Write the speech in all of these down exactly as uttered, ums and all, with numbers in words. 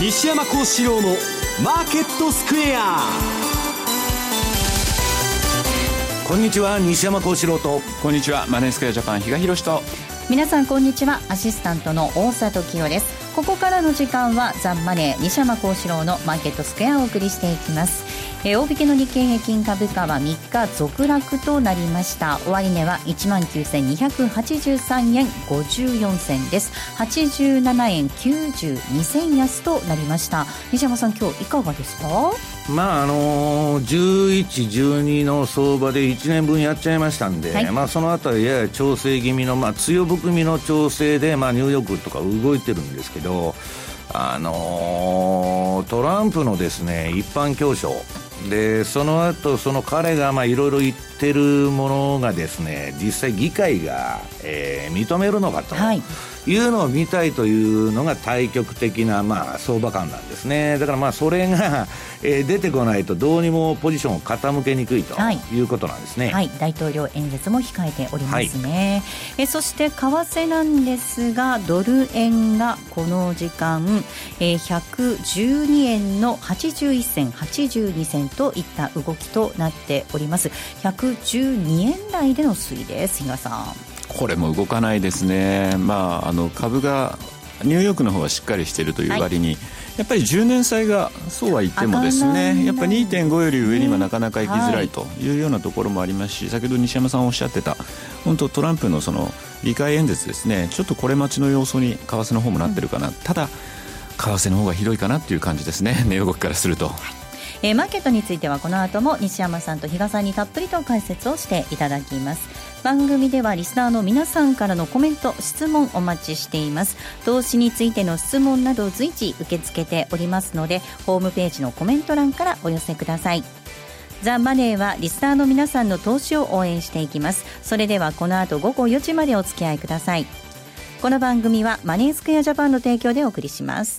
西山幸四郎のマーケットスクエア。 こんにちは、西山幸四郎と。 こんにちは、マネースクエアジャパン比嘉宏と。 皆さんこんにちは、アシスタントの大里清です。ここからの時間はザンマネー西山幸四郎のマーケットスクエアをお送りしていきます。えー、大引けの日経平均株価はみっか続落となりました。終値は いちまんきゅうせんにひゃくはちじゅうさんえんごじゅうよんせんです。はちじゅうななえんきゅうじゅうにせん安となりました。西山さん、今日いかがですか？ まああのー、じゅういち、じゅうにの相場でいちねんぶんやっちゃいましたんで、はい、まあ、そのあたりやや調整気味の、まあ、強含みの調整で、まあ、ニューヨークとか動いてるんですけど、あのー、トランプのですね一般教書で、その後その彼がいろいろ言ってるものがですね、実際議会が、えー、認めるのかと、はい、いうのを見たいというのが対極的な、まあ、相場感なんですね。だからまあそれが、えー、出てこないとどうにもポジションを傾けにくいということなんですね。 はい、はい、大統領演説も控えておりますね。はい、えそして為替なんですが、ドル円がこの時間、えー、ひゃくじゅうにえんのはちじゅういっせんはちじゅうにせんといった動きとなっております。ひゃくじゅうにえん台での推移です。比嘉さん、 これも動かないですね。まあ、あの株がニューヨークの方はしっかりしているという割に、はい、やっぱりじゅうねん債がそうは言ってもですね、やっぱり にてんご より上にはなかなか行きづらいというようなところもありますし、先ほど西山さんおっしゃってた本当トランプのその議会演説ですね、ちょっとこれ待ちの様相に為替の方もなってるかな、うん、ただ為替の方がひどいかなっていう感じですね、値動きからすると。 えー、マーケットについてはこの後も西山さんと比嘉さんにたっぷりと解説をしていただきます。番組ではリスナーの皆さんからのコメント、質問お待ちしています。投資についての質問など随時受け付けておりますので、ホームページのコメント欄からお寄せください。ザ・マネーはリスナーの皆さんの投資を応援していきます。それではこの後午後よじまでお付き合いください。この番組はマネースクエアジャパンの提供でお送りします。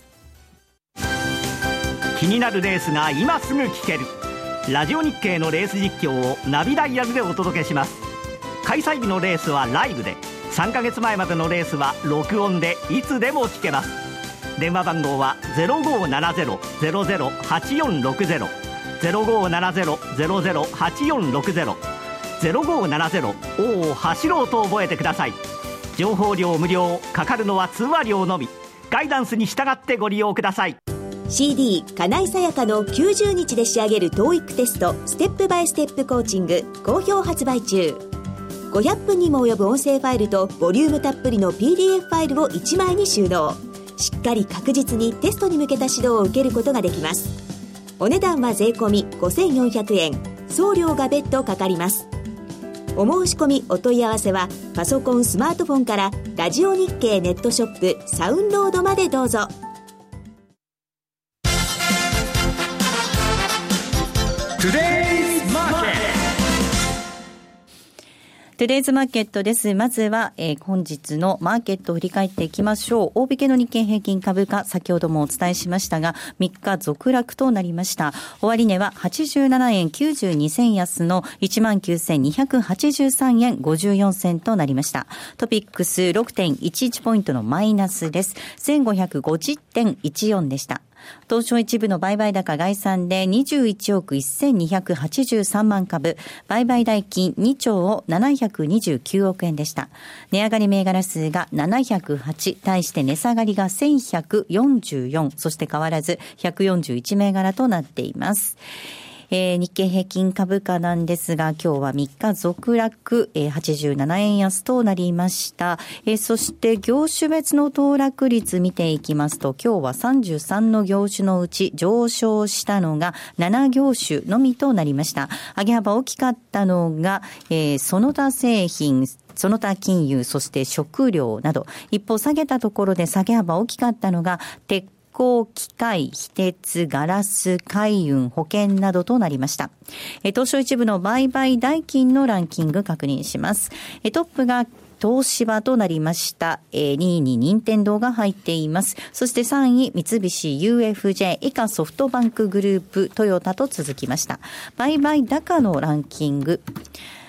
気になるレースが今すぐ聞けるラジオ日経のレース実況をナビダイヤルでお届けします。開催日のレースはライブで、さんかげつまえまでのレースは録音でいつでも聞けます。電話番号は ゼロごーななゼロ ゼロゼロ はちよんろくゼロ ゼロごーななゼロ ゼロゼロ はちよんろくゼロ ゼロごーななゼロ おー走ろうと覚えてください。情報料無料、かかるのは通話料のみ。ガイダンスに従ってご利用ください。 シーディー 金井さやかのきゅうじゅうにちで仕上げる トーイック テストステップバイステップコーチング好評発売中。ごひゃっぷんにも及ぶ音声ファイルとボリュームたっぷりの ピーディーエフ ファイルをいちまいに収納。しっかり確実にテストに向けた指導を受けることができます。お値段は税込みごせんよんひゃくえん、送料が別途かかります。お申し込みお問い合わせはパソコンスマートフォンからラジオ日経ネットショップサウンロードまでどうぞ。 トゥデイズマーケットです。まずは、えー、本日のマーケットを振り返っていきましょう。大引けの日経平均株価、先ほどもお伝えしましたがみっか続落となりました。終値ははちじゅうななえんきゅうじゅうにせん安の いちまんきゅうせんにひゃくはちじゅうさんえんごじゅうよんせんとなりました。トピックス ろくてんいちいち ポイントのマイナスです。せんごひゃくごじゅってんいちよんでした。東証一部の売買高概算でにじゅういちおくせんにひゃくはちじゅうさんまんかぶ、売買代金にちょうななひゃくにじゅうきゅうおくえんでした。値上がり銘柄数がななひゃくはち、対して値下がりがせんひゃくよんじゅうよん、そして変わらずひゃくよんじゅういち銘柄となっています。えー、日経平均株価なんですが、今日はみっか続落、えー、はちじゅうななえん安となりました。えー、そして業種別の騰落率見ていきますと、今日はさんじゅうさんの業種のうち上昇したのがなな業種のみとなりました。上げ幅大きかったのが、えー、その他製品、その他金融、そして食料など。一方下げたところで下げ幅大きかったのが鉄機械、非鉄、ガラス、海運、保険などとなりました。え東証一部の売買代金のランキング確認します。えトップが東芝となりました。えー、にいに任天堂が入っています。そしてさんい三菱 ユーエフジェー 以下ソフトバンクグループ、トヨタと続きました。売買高のランキング。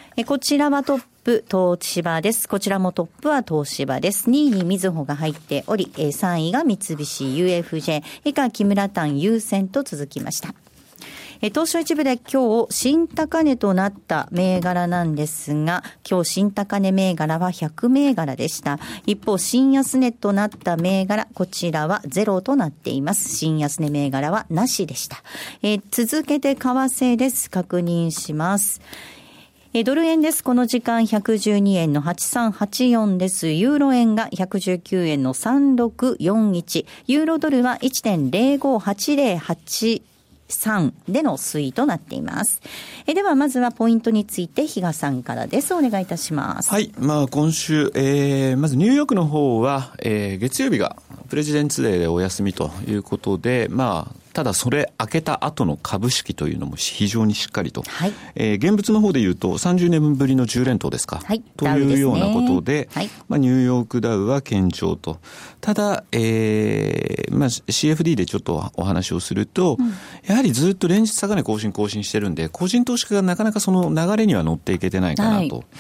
えこちらはトップ東芝です。こちらもトップは東芝です。にいにみずほが入っており、さんいが三菱 ユーエフジェー 以下木村丹優先と続きました。東証一部で今日新高値となった銘柄なんですが、今日新高値銘柄はひゃく銘柄でした。一方新安値となった銘柄、こちらはゼロとなっています。新安値銘柄はなしでした。えー、続けて為替です。確認します。えドル円です。この時間ひゃくじゅうにえんのはちさんはちよんです。ユーロ円がひゃくじゅうきゅうえんのさんろくよんいち。ユーロドルは いってんゼロごはちゼロはちさんでの推移となっています。えではまずはポイントについて比嘉さんからです。お願いいたします。 はい、まあ今週、えー、まずニューヨークの方は、えー、月曜日がプレジデンツデーでお休みということで、まあただそれ明けた後の株式というのも非常にしっかりと、はい、えー、現物の方でいうとさんじゅうねんぶりのじゅう連投ですか、はい、というようなことで、はい、まあ、ニューヨークダウは堅調と。ただ、えーまあ、シーエフディー でちょっとお話をすると、うん、やはりずっと連日高値更新更新してるんで、個人投資家がなかなかその流れには乗っていけてないかなと、はい、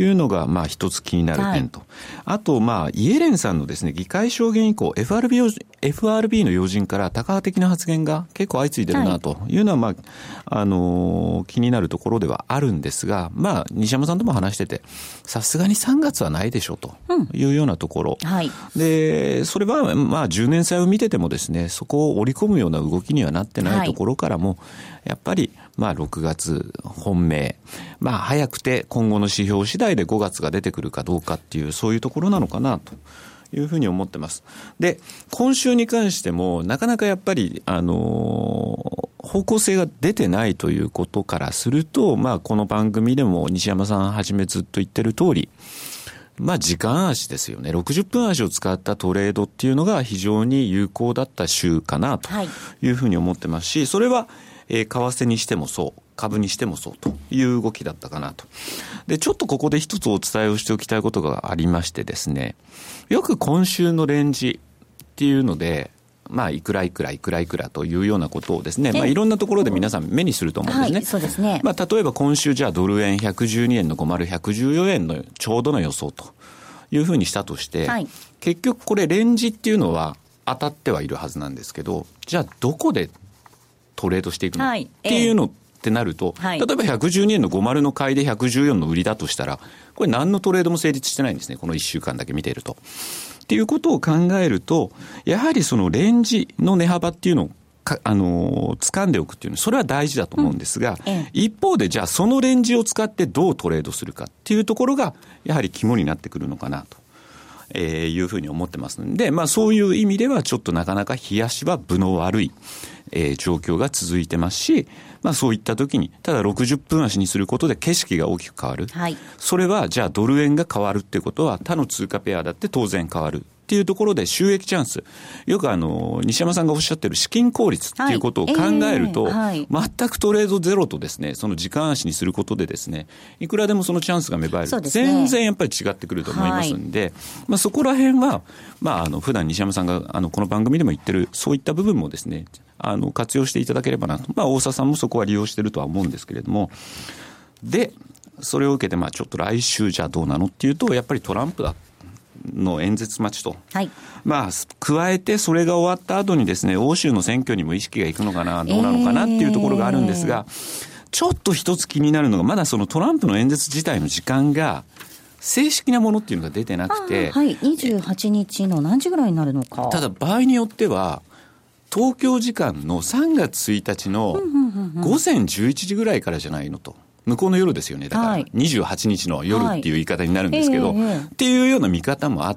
いうのがまあ一つ気になる点と、はい、あとまあイエレンさんのですね議会証言以降 エフアールビー, エフアールビー の要人からタカ派的な発言が結構相次いでるなというのは、まああのー、気になるところではあるんですが、まあ西山さんとも話しててさすがにさんがつはないでしょうというようなところ、うん、はい、でそれはまあじゅうねん債を見ててもですねそこを織り込むような動きにはなってないところからも、はい、やっぱりまあろくがつ本命、まあ早くて今後の指標次第でごがつが出てくるかどうかっていうそういうところなのかなというふうに思ってます。で、今週に関してもなかなかやっぱりあのー、方向性が出てないということからすると、まあこの番組でも西山さんはじめずっと言ってる通り、まあ時間足ですよね。ろくじゅっぷん足を使ったトレードっていうのが非常に有効だった週かなというふうに思ってますし、それはえー、為替にしてもそう株にしてもそうという動きだったかなと。でちょっとここで一つお伝えをしておきたいことがありましてですね、よく今週のレンジっていうのでまあいくらいくらいくらいくらというようなことをですね、まあいろんなところで皆さん目にすると思うんですね、はい、そうですね。まあ例えば今週じゃあドル円ひゃくじゅうにえんのごじゅう、ひゃくじゅうよえんのちょうどの予想というふうにしたとして、はい、結局これレンジっていうのは当たってはいるはずなんですけど、じゃあどこでトレードしていくの、はい、っていうのってなると、はい、例えばひゃくじゅうにえんのごじゅうの買いでひゃくじゅうよんの売りだとしたらこれ何のトレードも成立してないんですね、このいっしゅうかんだけ見ていると。っていうことを考えるとやはりそのレンジの値幅っていうのをか、あのー、掴んでおくっていうのそれは大事だと思うんですが、うんええ、一方でじゃあそのレンジを使ってどうトレードするかっていうところがやはり肝になってくるのかなとえー、いうふうに思ってますので、まあそういう意味ではちょっとなかなか冷やしは分の悪い、えー、状況が続いてますし、まあそういった時にただろくじゅっぷん足にすることで景色が大きく変わる、はい、それはじゃあドル円が変わるってことは他の通貨ペアだって当然変わるっていうところで収益チャンス、よくあの西山さんがおっしゃってる資金効率っていうことを考えると、はいえーはい、全くトレードゼロとですねその時間足にすることでですねいくらでもそのチャンスが芽生える、ね、全然やっぱり違ってくると思いますんで、はいまあ、そこら辺は、まあ、あの普段西山さんがあのこの番組でも言ってるそういった部分もですねあの活用していただければなと、まあ、大沢さんもそこは利用してるとは思うんですけれども、でそれを受けてまあちょっと来週じゃあどうなのっていうとやっぱりトランプだの演説待ちと、はいまあ、加えてそれが終わった後にですね欧州の選挙にも意識がいくのかなどうなのかなっていうところがあるんですが、えー、ちょっと一つ気になるのがまだそのトランプの演説自体の時間が正式なものっていうのが出てなくて、 はい、にじゅうはちにちの何時ぐらいになるのか。 ただ場合によっては東京時間のさんがつついたちの午前じゅういちじぐらいからじゃないのと、向こうの夜ですよね、だからにじゅうはちにちの夜っていう言い方になるんですけど、はいえー、っていうような見方もあって、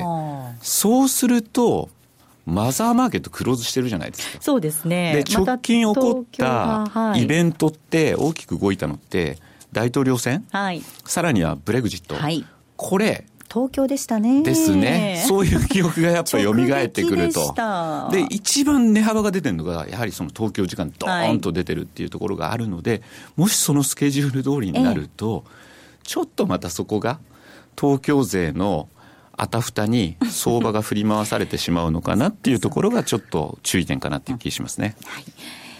そうするとマザーマーケットクローズしてるじゃないですか。 そうですね。 で直近起こったイベントって大きく動いたのって大統領選、はい、さらにはブレグジット、はい、これ東京でしたね。 ですね。そういう記憶がやっぱり蘇ってくると。で、一番値幅が出てるのが、やはりその東京時間ドーンと出てるっていうところがあるので、はい、もしそのスケジュール通りになると、ええ、ちょっとまたそこが東京勢のあたふたに相場が振り回されてしまうのかなっていうところがちょっと注意点かなっていう気がしますね。 はい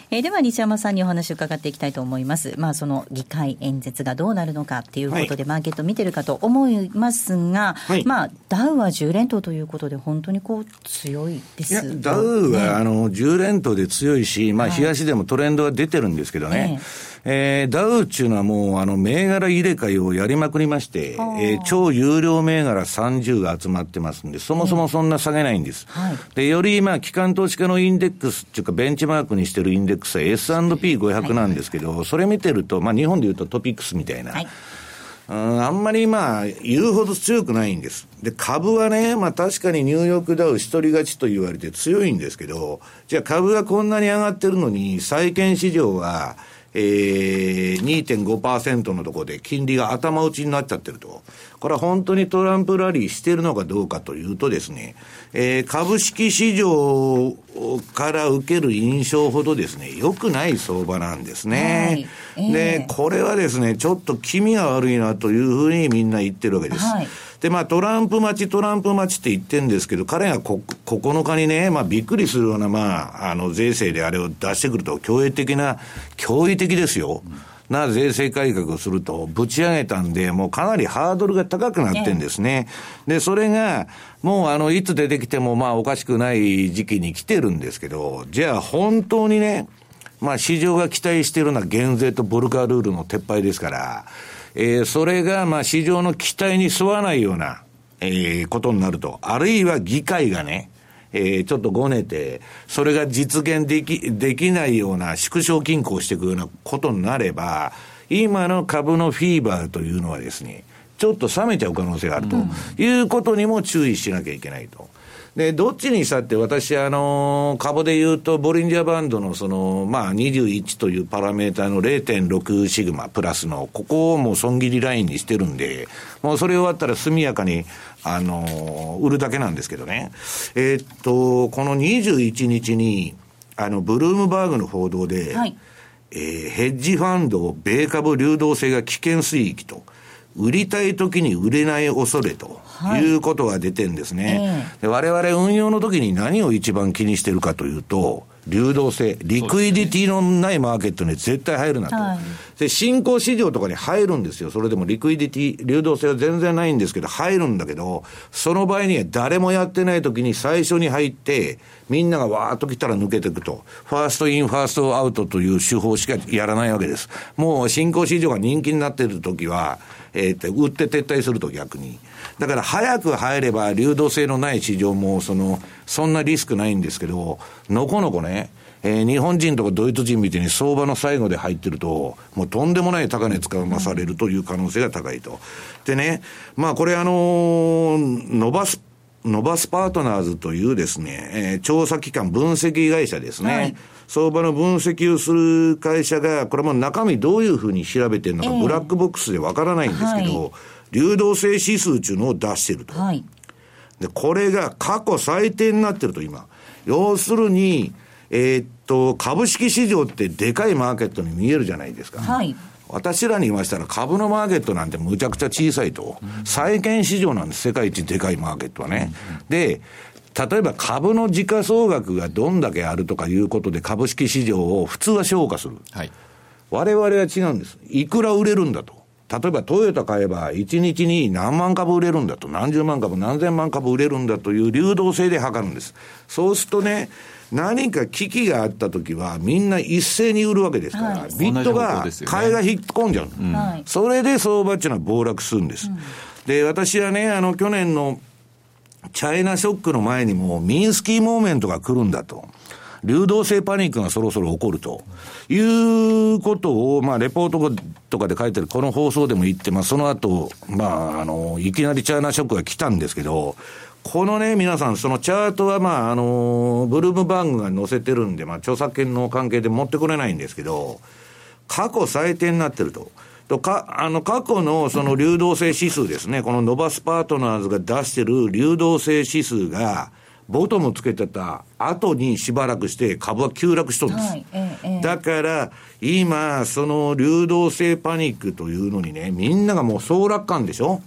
えー、では西山さんにお話を伺っていきたいと思います。まあその議会演説がどうなるのかっていうことでマーケット見てるかと思いますが、はい、まあダウはじゅう連投ということで本当にこう強いですよね。 いやダウはあのじゅう連投で強いし、まあ日足でもトレンドが出てるんですけどね、えーえー、ダウっていうのはもうあの銘柄入れ替えをやりまくりまして、えー、超有料銘柄さんじゅうが集まってますんで、そもそもそんな下げないんです、はい、でよりまあ機関投資家のインデックスっていうかベンチマークにしてるインデックスは エスアンドピーごひゃく なんですけど、はい、それ見てると、まあ、日本でいうとトピックスみたいな、はい、うん、あんまりまあ言うほど強くないんです。で株はね、まあ確かにニューヨークダウ一人勝ちと言われて強いんですけど、じゃあ株がこんなに上がってるのに債券市場はえー、にてんごパーセント のところで金利が頭打ちになっちゃってると。これは本当にトランプラリーしてるのかどうかというとですね、えー、株式市場から受ける印象ほどですね、良くない相場なんですね。はい、えー、で、これはですね、ちょっと気味が悪いなというふうにみんな言ってるわけです。はい、で、まあトランプ待ちトランプ待ちって言ってるんですけど、彼がこここのかにね、まあびっくりするような、まあ、あの税制であれを出してくると、驚異的な、驚異的ですよ。うん、な税制改革をするとぶち上げたんで、もうかなりハードルが高くなってんですね。で、それがもうあのいつ出てきてもまあおかしくない時期に来てるんですけど、じゃあ本当にね、まあ市場が期待しているのは減税とボルカールールの撤廃ですから、えー、それがまあ市場の期待に沿わないような、えー、ことになると、あるいは議会がね、えー、ちょっとごねて、それが実現でき、できないような縮小均衡していくようなことになれば、今の株のフィーバーというのはですね、ちょっと冷めちゃう可能性があるということにも注意しなきゃいけないと。で、どっちにしたって私、あの、株で言うと、ボリンジャーバンドのその、まあ、にじゅういちというパラメーターの れいてんろく シグマプラスの、ここをもう損切りラインにしてるんで、もうそれ終わったら速やかに、あの、売るだけなんですけどね。えー、っと、このにじゅういちにちに、あの、ブルームバーグの報道で、はい、えー、ヘッジファンド、米株流動性が危険水域と、売りたい時に売れない恐れということが出てるんですね。はい、えー、で我々運用の時に何を一番気にしてるかというと、流動性、リクイディティのないマーケットに絶対入るなと。はい、で、新興市場とかに入るんですよ。それでもリクイディティ、流動性は全然ないんですけど、入るんだけど、その場合には誰もやってない時に最初に入って、みんながわーっと来たら抜けていくと。ファーストイン、ファーストアウトという手法しかやらないわけです。もう新興市場が人気になっている時は、えー、って売って撤退すると逆に。だから早く入れば流動性のない市場もその、そんなリスクないんですけど、のこのこね、えー、日本人とかドイツ人みたいに相場の最後で入ってると、もうとんでもない高値つかまされるという可能性が高いと。でね、まあこれあのー、伸ばす、伸ばすパートナーズというですね、えー、調査機関、分析会社ですね。はい、相場の分析をする会社が、これも中身どういうふうに調べてるのか、えー、ブラックボックスでわからないんですけど、はい、流動性指数っていうのを出してると。はい、で、これが過去最低になってると今。要するに、えー、っと、株式市場ってでかいマーケットに見えるじゃないですか。はい。私らに言いましたら株のマーケットなんてむちゃくちゃ小さいと。うん、債券市場なんです。世界一でかいマーケットはね。うん、で、例えば株の時価総額がどんだけあるとかいうことで株式市場を普通は評価する。はい。我々は違うんです。いくら売れるんだと。例えばトヨタ買えばいちにちに何万株売れるんだと。何十万株何千万株売れるんだという流動性で測るんです。そうするとね、何か危機があったときはみんな一斉に売るわけですから、はい、ビットが買いが引っ込んじゃう、うん、それで相場っていうのは暴落するんです、うん、で私はね、あの去年のチャイナショックの前にもミンスキーモーメントが来るんだと、流動性パニックがそろそろ起こるということを、まあ、レポートとかで書いてるこの放送でも言って、まあ、その後、まあ、あの、いきなりチャイナショックが来たんですけど、このね、皆さん、そのチャートは、まあ、あの、ブルームバーグが載せてるんで、まあ、著作権の関係で持ってこれないんですけど、過去最低になってると。とか、あの、過去のその流動性指数ですね、このノバスパートナーズが出してる流動性指数が、ボトムつけてた後にしばらくして株は急落しとるんです。はい、ええ、だから、今、その流動性パニックというのにね、みんながもう総楽観でしょ。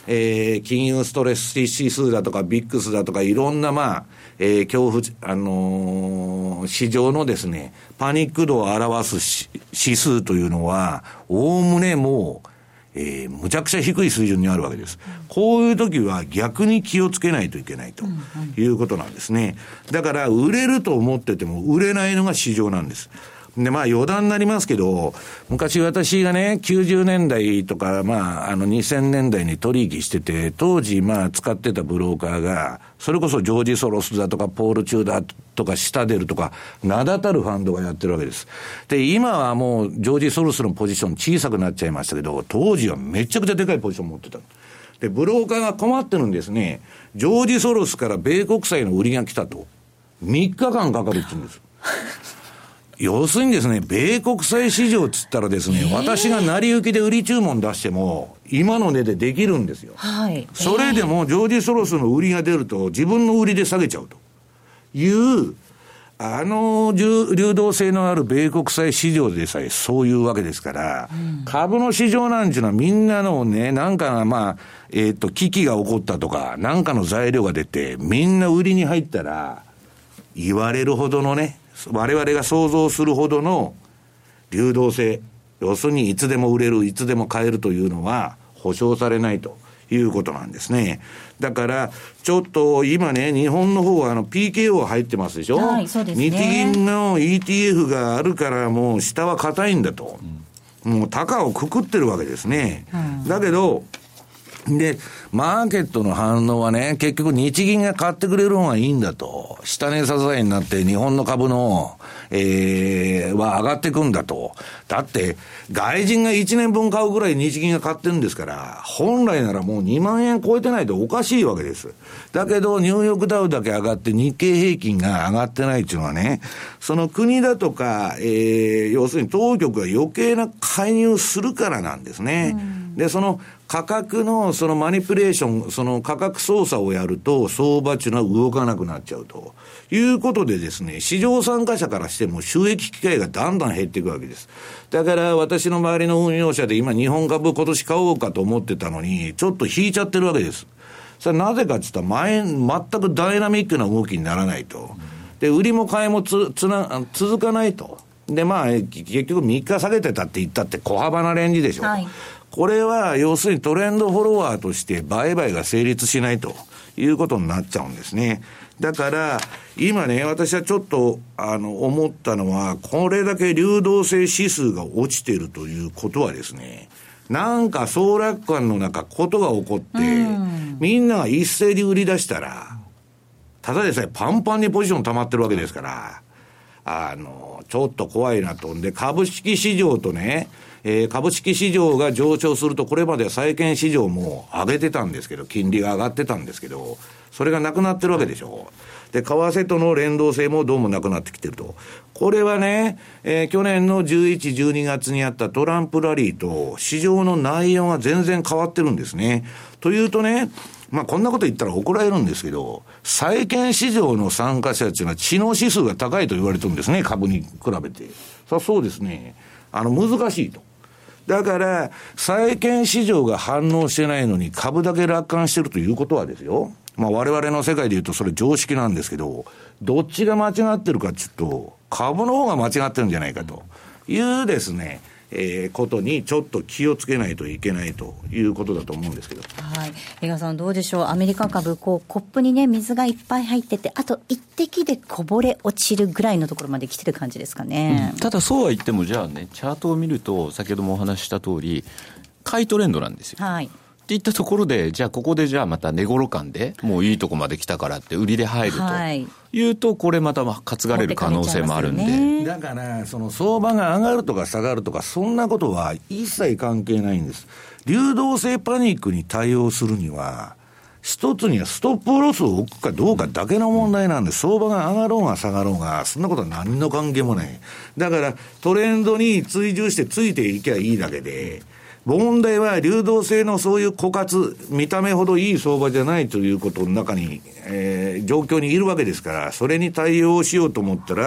えー、金融ストレス指数だとかビックスだとかいろんなまあ、えー、恐怖、あのー、市場のですねパニック度を表す指数というのはおおむねもう、えー、むちゃくちゃ低い水準にあるわけです、うん、こういう時は逆に気をつけないといけないということなんですね。だから売れると思ってても売れないのが市場なんです。で、まあ余談になりますけど、昔私がね、きゅうじゅうねんだいとか、まあ、あのにせんねんだいに取引してて、当時まあ使ってたブローカーが、それこそジョージ・ソロスだとか、ポール・チューダーとか、シタデルとか、名だたるファンドがやってるわけです。で、今はもう、ジョージ・ソロスのポジション小さくなっちゃいましたけど、当時はめちゃくちゃでかいポジション持ってた。で、ブローカーが困ってるんですね。ジョージ・ソロスから米国債の売りが来たと。みっかかんかかるって言うんです。要するにですね、米国債市場っつったらですね、えー、私が成り行きで売り注文出しても、今の値でできるんですよ。はい。それでも、ジョージ・ソロスの売りが出ると、自分の売りで下げちゃうという、あの、流動性のある米国債市場でさえそういうわけですから、うん、株の市場なんていうのはみんなのね、なんかまあ、えっと、危機が起こったとか、なんかの材料が出て、みんな売りに入ったら、言われるほどのね、我々が想像するほどの流動性、要するにいつでも売れる、いつでも買えるというのは保証されないということなんですね。だからちょっと今ね、日本の方はあの ピーケーオー 入ってますでしょ。はい、そうですね。日銀の イーティーエフ があるからもう下は硬いんだと、うん、もう高をくくってるわけですね、うん、だけどで、マーケットの反応はね、結局日銀が買ってくれる方がいいんだと。下値支えになって日本の株の、えー、は上がってくんだと。だって、外人がいちねんぶん買うぐらい日銀が買ってるんですから、本来ならもうにまんえん超えてないとおかしいわけです。だけど、ニューヨークダウだけ上がって日経平均が上がってないっていうのはね、その国だとか、えー、要するに当局が余計な介入するからなんですね。うん、で、その、価格のそのマニピュレーション、その価格操作をやると相場っていうのは動かなくなっちゃうということでですね、市場参加者からしても収益機会がだんだん減っていくわけです。だから私の周りの運用者で今日本株今年買おうかと思ってたのにちょっと引いちゃってるわけです。それはなぜかって言ったら前、全くダイナミックな動きにならないと。で、売りも買いもつ、つな、続かないと。で、まあ、結局みっか下げてたって言ったって小幅なレンジでしょ。はい、これは要するにトレンドフォロワーとして売買が成立しないということになっちゃうんですね。だから今ね、私はちょっとあの思ったのは、これだけ流動性指数が落ちているということはですね、なんか総楽観の中ことが起こって、みんなが一斉に売り出したら、ただでさえパンパンにポジション溜まってるわけですから、あのちょっと怖いなと。で、株式市場とね、えー、株式市場が上昇すると、これまでは債券市場も上げてたんですけど、金利が上がってたんですけど、それがなくなってるわけでしょ。で、為替との連動性もどうもなくなってきてると。これはね、えー、去年のじゅういち、じゅうにがつにあったトランプラリーと市場の内容が全然変わってるんですね。というとね、まあこんなこと言ったら怒られるんですけど、債券市場の参加者っていうのは知能指数が高いと言われてるんですね、株に比べて。さあそうですね、あの難しいと。だから債券市場が反応してないのに株だけ楽観してるということはですよ、まあ我々の世界で言うとそれ常識なんですけど、どっちが間違ってるかっていうと株の方が間違ってるんじゃないかというですね、えー、ことにちょっと気をつけないといけないということだと思うんですけど。 はい、江川さんどうでしょう。アメリカ株、こうコップにね水がいっぱい入ってて、あと一滴でこぼれ落ちるぐらいのところまで来てる感じですかね。 うん、ただそうは言っても、じゃあね、チャートを見ると先ほどもお話しした通り買いトレンドなんですよ。はい。っていったところで、じゃあここでじゃあまた値頃感でもういいとこまで来たからって売りで入るというと、はい、これまた担がれる可能性もあるんで、ね、 だからその相場が上がるとか下がるとかそんなことは一切関係ないんです。流動性パニックに対応するには一つにはストップロスを置くかどうかだけの問題なんで、相場が上がろうが下がろうがそんなことは何の関係もない。だからトレンドに追従してついていけばいいだけで、問題は流動性のそういう枯渇、見た目ほどいい相場じゃないということの中に、えー、状況にいるわけですから、それに対応しようと思ったら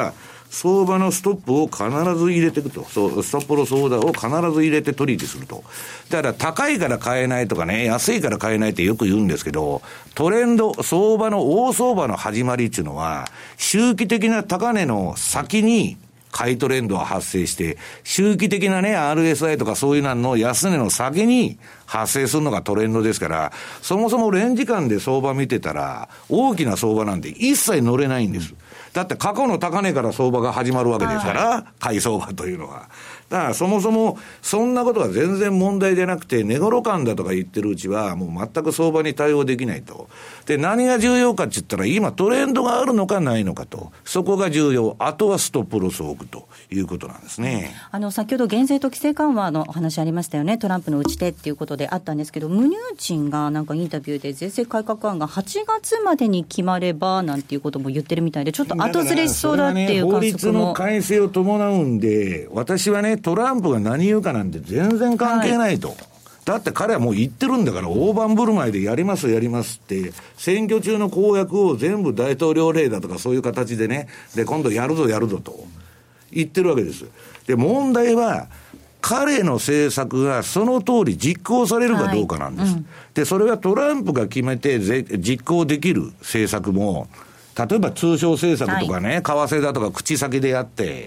相場のストップを必ず入れていくと。そう、ストップロスオーダーを必ず入れて取引すると。だから高いから買えないとかね、安いから買えないってよく言うんですけど、トレンド、相場の大相場の始まりっていうのは、周期的な高値の先に買いトレンドが発生して、周期的なね、アールエスアイ とかそういうのの安値の先に発生するのがトレンドですから、そもそもレンジ間で相場見てたら、大きな相場なんて一切乗れないんです。だって過去の高値から相場が始まるわけですから、買い相場というのは。だからそもそもそんなことは全然問題でなくて、値頃感だとか言ってるうちはもう全く相場に対応できないと。で、何が重要かって言ったら、今トレンドがあるのかないのかと。そこが重要。あとはストップロスを置くということなんですね。 あの、先ほど減税と規制緩和のお話ありましたよね。トランプの打ち手っていうことであったんですけど、ムニューチンがなんかインタビューで税制改革案がはちがつまでに決まればなんていうことも言ってるみたいで、ちょっと後ずれしそうだっていう観測も、ね、法律の改正を伴うんで、私はね、トランプが何言うかなんて全然関係ないと、はい、だって彼はもう言ってるんだから、大盤振る舞いでやりますやりますって選挙中の公約を全部大統領令だとかそういう形でね、で今度やるぞやるぞと言ってるわけです。で、問題は彼の政策がその通り実行されるかどうかなんです、はい、うん、でそれはトランプが決めて実行できる政策も、例えば通商政策とかね、はい、為替だとか口先でやって、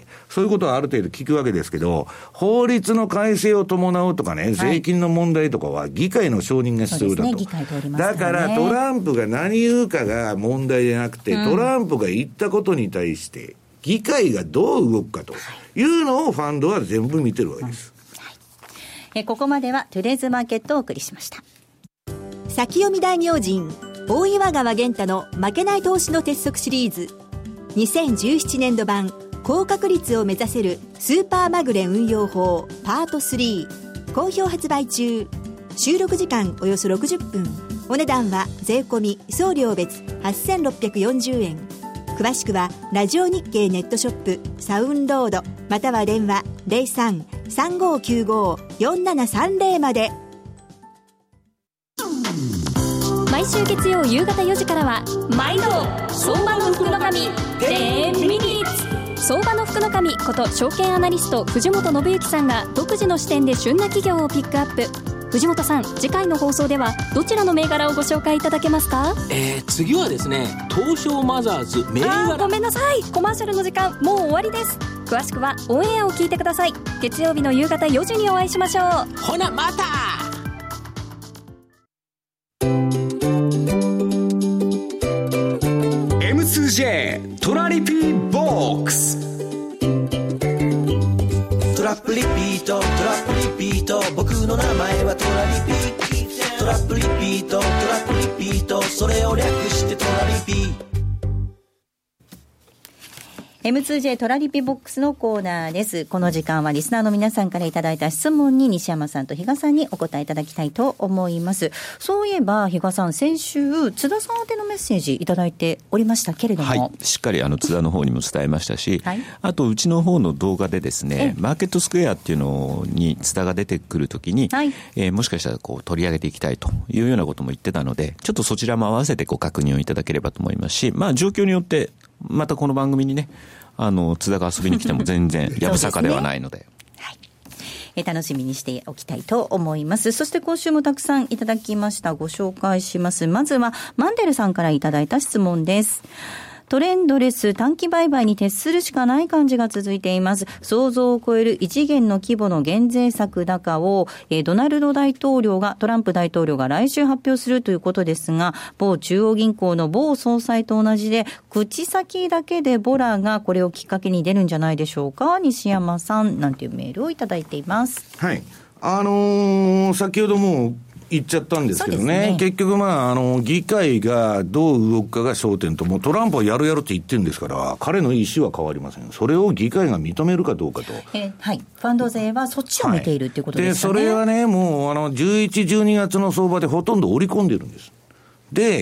そういうことはある程度聞くわけですけど、法律の改正を伴うとかね、税金の問題とかは議会の承認が必要だと。 そうですね、議会通りますからね。 だからトランプが何言うかが問題じゃなくて、うん、トランプが言ったことに対して、議会がどう動くかというのをファンドは全部見てるわけです。 うん、はい、えここまではトゥデイズマーケットをお送りしました。 先読み大明神大岩川源太の負けない投資の鉄則シリーズにせんじゅうななねんど版高確率を目指せるスーパーまぐれ運用法パートスリー好評発売中。収録時間およそろくじゅっぷん。お値段は税込み送料別はっせんろっぴゃくよんじゅうえん。詳しくはラジオ日経ネットショップサウンロードまたは電話 ゼロさん さんごきゅうご よんななさんゼロ まで。 毎週月曜夕方よじからは毎度相場の福の神じゅうミニッツ。相場の福の神こと証券アナリスト藤本信之さんが独自の視点で旬な企業をピックアップ。藤本さん、次回の放送ではどちらの銘柄をご紹介いただけますか？ えー、次はですね、東証マザーズ銘柄。 あー、ごめんなさい、コマーシャルの時間もう終わりです。詳しくはオンエアを聞いてください。月曜日の夕方よじにお会いしましょう。 ほなまた。 エムツージェー トラリピーボックス。 トラップリピート、トラップリピート、僕の名前はトラリピ。トラップリピート、トラップリピート、それを略してトラリピ。 エムツージェー トラリピボックスのコーナーです。この時間はリスナーの皆さんからいただいた質問に西山さんと比嘉さんにお答えいただきたいと思います。そういえば比嘉さん、先週津田さん宛てのメッセージいただいておりましたけれども、 はい、しっかりあの津田の方にも伝えましたし、はい、あとうちの方の動画でですね、マーケットスクエアっていうのに津田が出てくるときに、はい、えー、もしかしたらこう取り上げていきたいというようなことも言ってたので、ちょっとそちらも合わせてご確認をいただければと思いますし、まあ状況によってまたこの番組にね、あの津田が遊びに来ても全然やぶさかではないので、で、ね、 はい、え楽しみにしておきたいと思います。そして今週もたくさんいただきました。ご紹介します。まずはマンデルさんからいただいた質問です。トレンドレス短期売買に徹するしかない感じが続いています。想像を超える異次元の規模の減税策高を、えー、ドナルド大統領がトランプ大統領が来週発表するということですが、某中央銀行の某総裁と同じで口先だけでボラがこれをきっかけに出るんじゃないでしょうか。西山さん、なんていうメールをいただいています。 はい、あのー、先ほども言っちゃったんですけど ね, ね結局まああの議会がどう動くかが焦点と、もうトランプはやるやるって言ってるんですから、彼の意思は変わりません。それを議会が認めるかどうかと、 えー、はい、ファンド勢はそっちを見ているということですかね。 はい、でそれはね、もうあのじゅういち、じゅうにがつの相場でほとんど織り込んでるんです。で、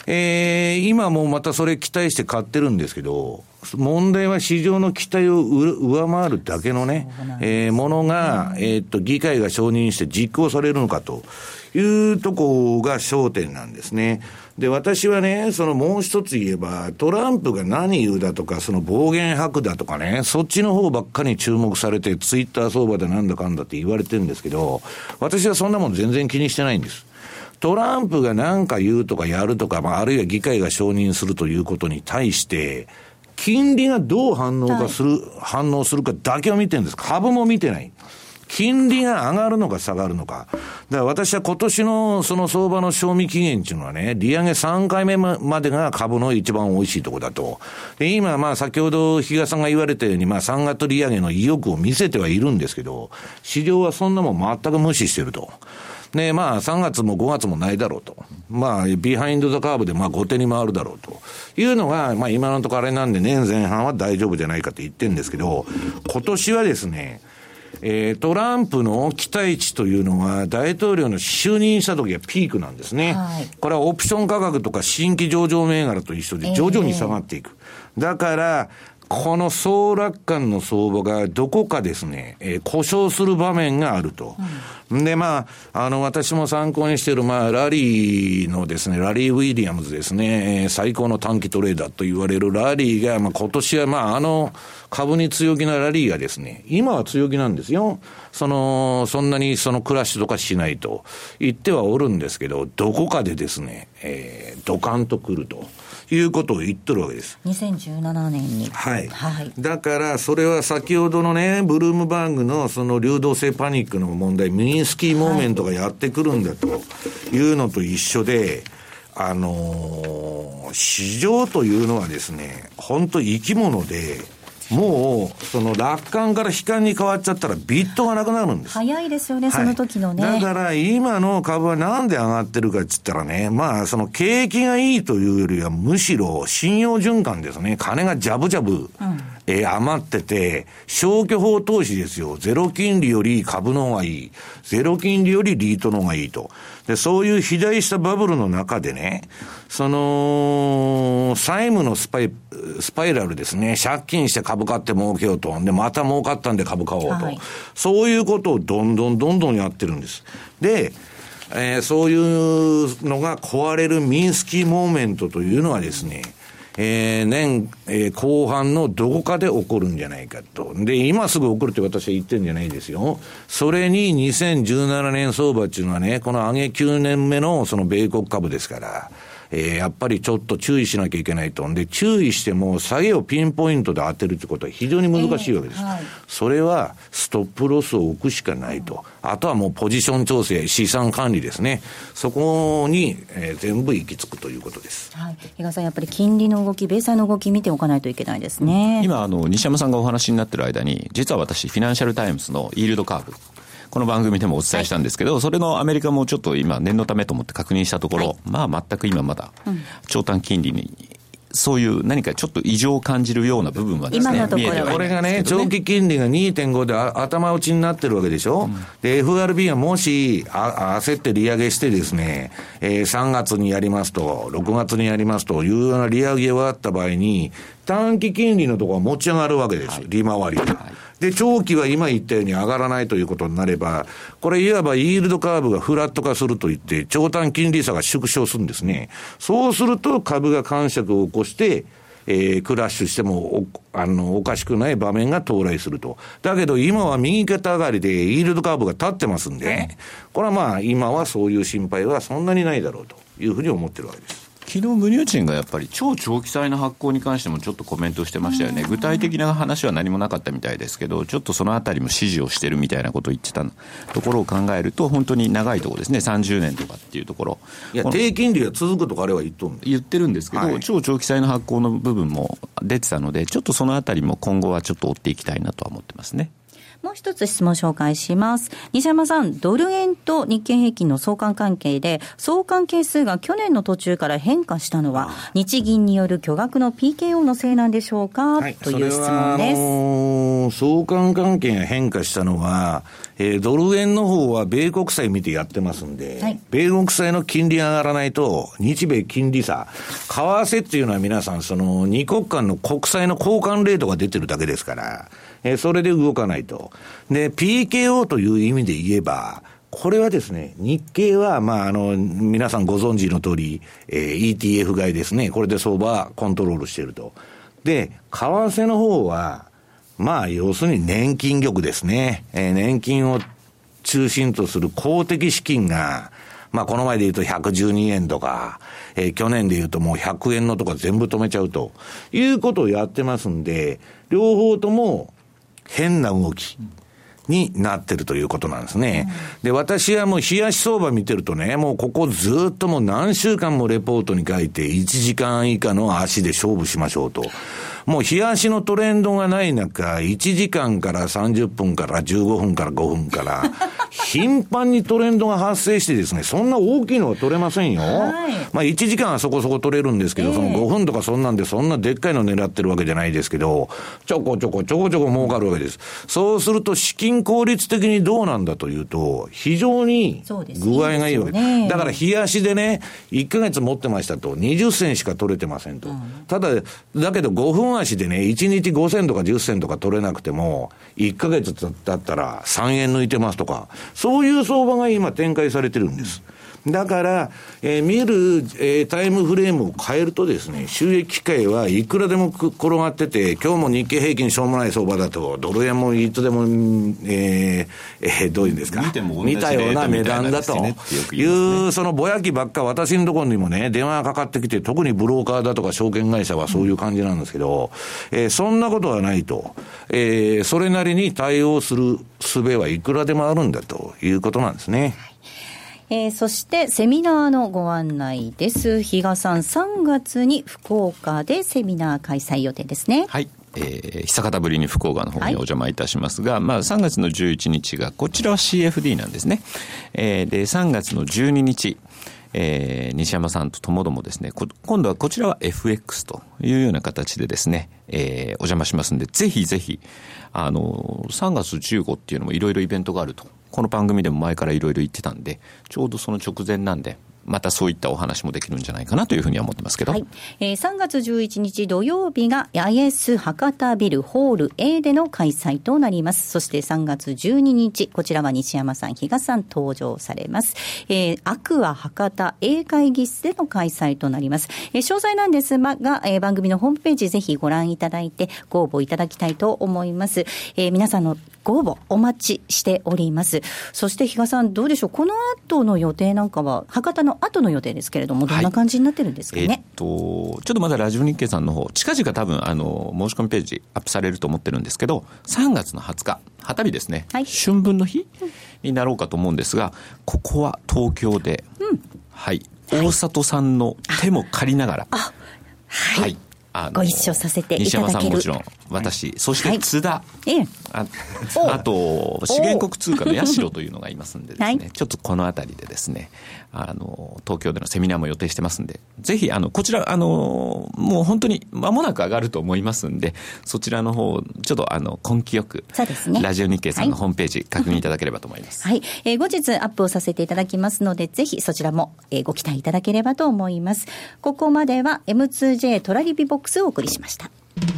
えー、今もまたそれ期待して買ってるんですけど、問題は市場の期待を上回るだけのね、えー、ものが、えー、っと、議会が承認して実行されるのかというところが焦点なんですね。で、私はね、そのもう一つ言えば、トランプが何言うだとか、その暴言吐くだとかね、そっちの方ばっかり注目されて、ツイッター相場でなんだかんだって言われてるんですけど、私はそんなもん全然気にしてないんです。トランプが何か言うとかやるとか、まあ、あるいは議会が承認するということに対して、金利がどう反応かする、はい、反応するかだけを見てるんです。株も見てない。金利が上がるのか下がるのか。だから私は今年のその相場の賞味期限っていうのはね、利上げさんかいめまでが株の一番美味しいところだと。で、今まあ先ほど比嘉さんが言われたように、まあさんがつ利上げの意欲を見せてはいるんですけど、市場はそんなもん全く無視してると。で、まあさんがつもごがつもないだろうと。まあビハインドザカーブでまあ後手に回るだろうというのが、まあ今のところあれなんで年前半は大丈夫じゃないかと言ってるんですけど、今年はですね、えー、トランプの期待値というのは大統領の就任した時はピークなんですね、はい、これはオプション価格とか新規上場銘柄と一緒で徐々に下がっていく、えー、だからこの総楽観の相場がどこかですね、えー、故障する場面があると、うん、でまああの私も参考にしているまあラリーのですねラリー・ウィリアムズですね、えー、最高の短期トレーダーと言われるラリーが、まあ、今年はまああの株に強気なラリーがですね、今は強気なんですよ。その、そんなにそのクラッシュとかしないと言ってはおるんですけど、どこかでですね、えー、ドカンと来るということを言ってるわけです。 にせんじゅうななねんに。 はい。はい。だからそれは先ほどのね、ブルームバーグのその流動性パニックの問題、ミニスキーモーメントがやってくるんだというのと一緒で、あのー、市場というのはですね、本当生き物で、もうその楽観から悲観に変わっちゃったらビットがなくなるんです。 早いですよね、はい、その時のね。 だから今の株はなんで上がってるかって言ったらね、まあその景気がいいというよりはむしろ信用循環ですね。金がジャブジャブ、うん、えー、余ってて消去法投資ですよ。ゼロ金利より株の方がいい、ゼロ金利よりリートの方がいいと。でそういう肥大したバブルの中でね、その債務のスパイスパイラルですね。借金して株買って儲けようと。で、また儲かったんで株買おうと。はい、そういうことをどんどんどんどんやってるんです。で、えー、そういうのが壊れるミンスキーモーメントというのはですね、えー、年、えー、後半のどこかで起こるんじゃないかと。で、今すぐ起こるって私は言ってるんじゃないですよ。それににせんじゅうななねん相場っていうのはね、この上げきゅうねんめのその米国株ですから、えー、やっぱりちょっと注意しなきゃいけないと。で、注意しても下げをピンポイントで当てるってことは非常に難しいわけです。えーはい、それはストップロスを置くしかないと。あとはもうポジション調整、資産管理ですね。そこに、えー、全部行き着くということです。 はい。比嘉さん、やっぱり金利の動き、米債の動き見ておかないといけないですね。 今、あの、西山さんがお話になっている間に、実は私、フィナンシャルタイムズのイールドカーブ、この番組でもお伝えしたんですけど、はい、それのアメリカもちょっと今念のためと思って確認したところ、はい、まあ全く今まだ長短金利にそういう何かちょっと異常を感じるような部分はですね、見えてこれがね、長期金利が にてんご で頭打ちになってるわけでしょ、うん、で エフアールビー がもしあ焦って利上げしてですね、えー、さんがつにやりますとろくがつにやりますというような利上げがあった場合に短期金利のところが持ち上がるわけです、はい、利回りが、はい、で長期は今言ったように上がらないということになれば、これいわばイールドカーブがフラット化するといって長短金利差が縮小するんですね。そうすると株が感触を起こして、えー、クラッシュしても お, あのおかしくない場面が到来すると。だけど今は右肩上がりでイールドカーブが立ってますんで、これはまあ今はそういう心配はそんなにないだろうというふうに思ってるわけです。 昨日ムニューチンがやっぱり超長期債の発行に関してもちょっとコメントしてましたよね。具体的な話は何もなかったみたいですけど、ちょっとそのあたりも指示をしてるみたいなことを言ってたところを考えると本当に長いところですね。さんじゅうねんとかっていうところ、 いや低金利が続くとかあれは言っとるんです、 言ってるんですけど、はい、超長期債の発行の部分も出てたので、ちょっとそのあたりも今後はちょっと追っていきたいなとは思ってますね。 もう一つ質問紹介します。西山さん、ドル円と日経平均の相関関係で相関係数が去年の途中から変化したのは日銀による巨額の ピーケーオー のせいなんでしょうか、はい、という質問です。 それはあのー、相関関係が変化したのは、えー、ドル円の方は米国債見てやってますんで、はい、米国債の金利が上がらないと日米金利差、為替っていうのは皆さんその二国間の国債の交換レートが出てるだけですから、えー、それで動かないと。で ピーケーオー という意味で言えば、これはですね、日経は、まあ、あの、皆さんご存知の通り、えー、イーティーエフ 買いですね。これで相場コントロールしていると。で、為替の方は、まあ、要するに年金玉ですね。えー、年金を中心とする公的資金が、まあ、この前で言うとひゃくじゅうにえんとか、えー、去年で言うともうひゃくえんのとか全部止めちゃうということをやってますんで、両方とも変な動きになってるということなんですね。うん、で、私はもう冷やし相場見てるとね、もうここずっともう何週間もレポートに書いていちじかん以下の足で勝負しましょうと。もう冷やしのトレンドがない中、いちじかんからさんじゅっぷんからじゅうごふんからごふんから、頻繁にトレンドが発生してですね、そんな大きいのは取れませんよ。はい、まあいちじかんはそこそこ取れるんですけど、えー、そのごふんとかそんなんでそんなでっかいの狙ってるわけじゃないですけど、ちょこちょこちょこちょこ儲かるわけです。そうすると資金効率的にどうなんだというと、非常に具合がいいわけです。ね、だから冷やしでね、いっかげつ持ってましたと、にじゅっせんしか取れてませんと。うん、ただ、だけどごふん足でね、いちにちごせんとかじゅっせんとか取れなくても、いっかげつだったらさんえん抜いてますとか、そういう相場が今展開されてるんです。だから、えー、見る、えー、タイムフレームを変えるとですね、収益機会はいくらでも転がってて、今日も日経平均しょうもない相場だと、ドル円もいつでも、えーえー、どういうんですか、見たような値段だという、そのぼやきばっか私のところにもね、電話がかかってきて、特にブローカーだとか証券会社はそういう感じなんですけど、えー、そんなことはないと、えー、それなりに対応する術はいくらでもあるんだということなんですね。 えー、そしてセミナーのご案内です。比嘉さん、さんがつに福岡でセミナー開催予定ですね。 はい、えー、久方ぶりに福岡の方にお邪魔いたしますが、はい、まあ、さんがつのじゅういちにちがこちらは シーエフディー なんですね。えー、でさんがつのじゅうににち、えー、西山さんとともどもですね、今度はこちらは エフエックス というような形でですね、えー、お邪魔しますんで、ぜひぜひあのさんがつじゅうごっていうのもいろいろイベントがあると、この番組でも前からいろいろ言ってたんで、ちょうどその直前なんで、またそういったお話もできるんじゃないかなというふうには思ってますけど、 はい、えー、さんがつじゅういちにち土曜日がアイエス博多ビルホール A での開催となります。そしてさんがつじゅうににち、こちらは西山さん、比嘉さん登場されます。えー、アクア博多 A 会議室での開催となります。えー、詳細なんですが、えー、番組のホームページぜひご覧いただいてご応募いただきたいと思います。えー、皆さんのご応募お待ちしております。そして比嘉さん、どうでしょう、この後の予定なんかは、博多の後の予定ですけれども、どんな感じになってるんですかね。はい、えっと、ちょっとまだラジオ日経さんの方、近々多分あの申し込みページアップされると思ってるんですけど、さんがつのはつか、旗日ですね、はい、春分の日になろうかと思うんですが、ここは東京で、うん、はい、大里さんの手も借りながら、 あ、はい、はい、 あご一緒させていただける。 西山さんももちろん、私、はい、そして津田、はい、あ, あと資源国通貨の八代というのがいますんでですね、はい、ちょっとこのあたりでですね、あの東京でのセミナーも予定してますんで、ぜひあのこちらあのもう本当に間もなく上がると思いますんで、そちらの方ちょっとあの根気よく、そうですね、ラジオ日経さんのホームページ、はい、確認いただければと思います。 はい、えー、後日アップをさせていただきますので、ぜひそちらも、えー、ご期待いただければと思います。ここまでは エムツージェー トラリピボックスをお送りしました。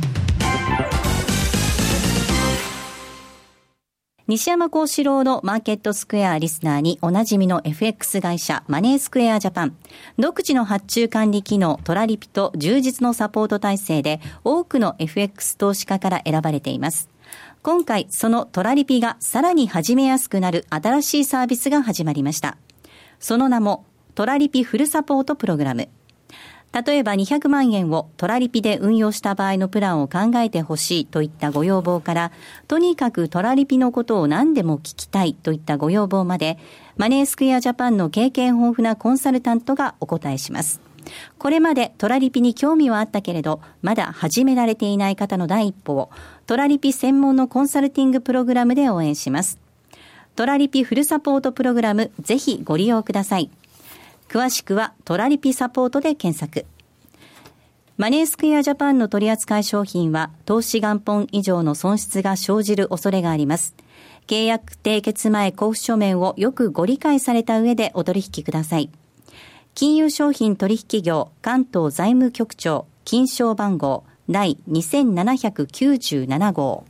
西山幸四郎のマーケットスクエアリスナーにおなじみの エフエックス 会社マネースクエアジャパン、独自の発注管理機能トラリピと充実のサポート体制で多くの エフエックス 投資家から選ばれています。今回そのトラリピがさらに始めやすくなる新しいサービスが始まりました。その名もトラリピフルサポートプログラム。例えばにひゃくまんえんをトラリピで運用した場合のプランを考えてほしいといったご要望から、とにかくトラリピのことを何でも聞きたいといったご要望まで、マネースクエアジャパンの経験豊富なコンサルタントがお答えします。 これまでトラリピに興味はあったけれど、まだ始められていない方の第一歩を、トラリピ専門のコンサルティングプログラムで応援します。トラリピフルサポートプログラム、ぜひご利用ください。詳しくはトラリピサポートで検索。マネースクエアジャパンの取扱い商品は投資元本以上の損失が生じる恐れがあります。契約締結前交付書面をよくご理解された上でお取引ください。金融商品取引業関東財務局長金商番号第にせんななひゃくきゅうじゅうなな号。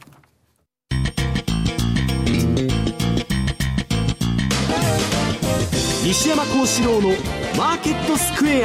西山幸四郎のマーケットスクエア。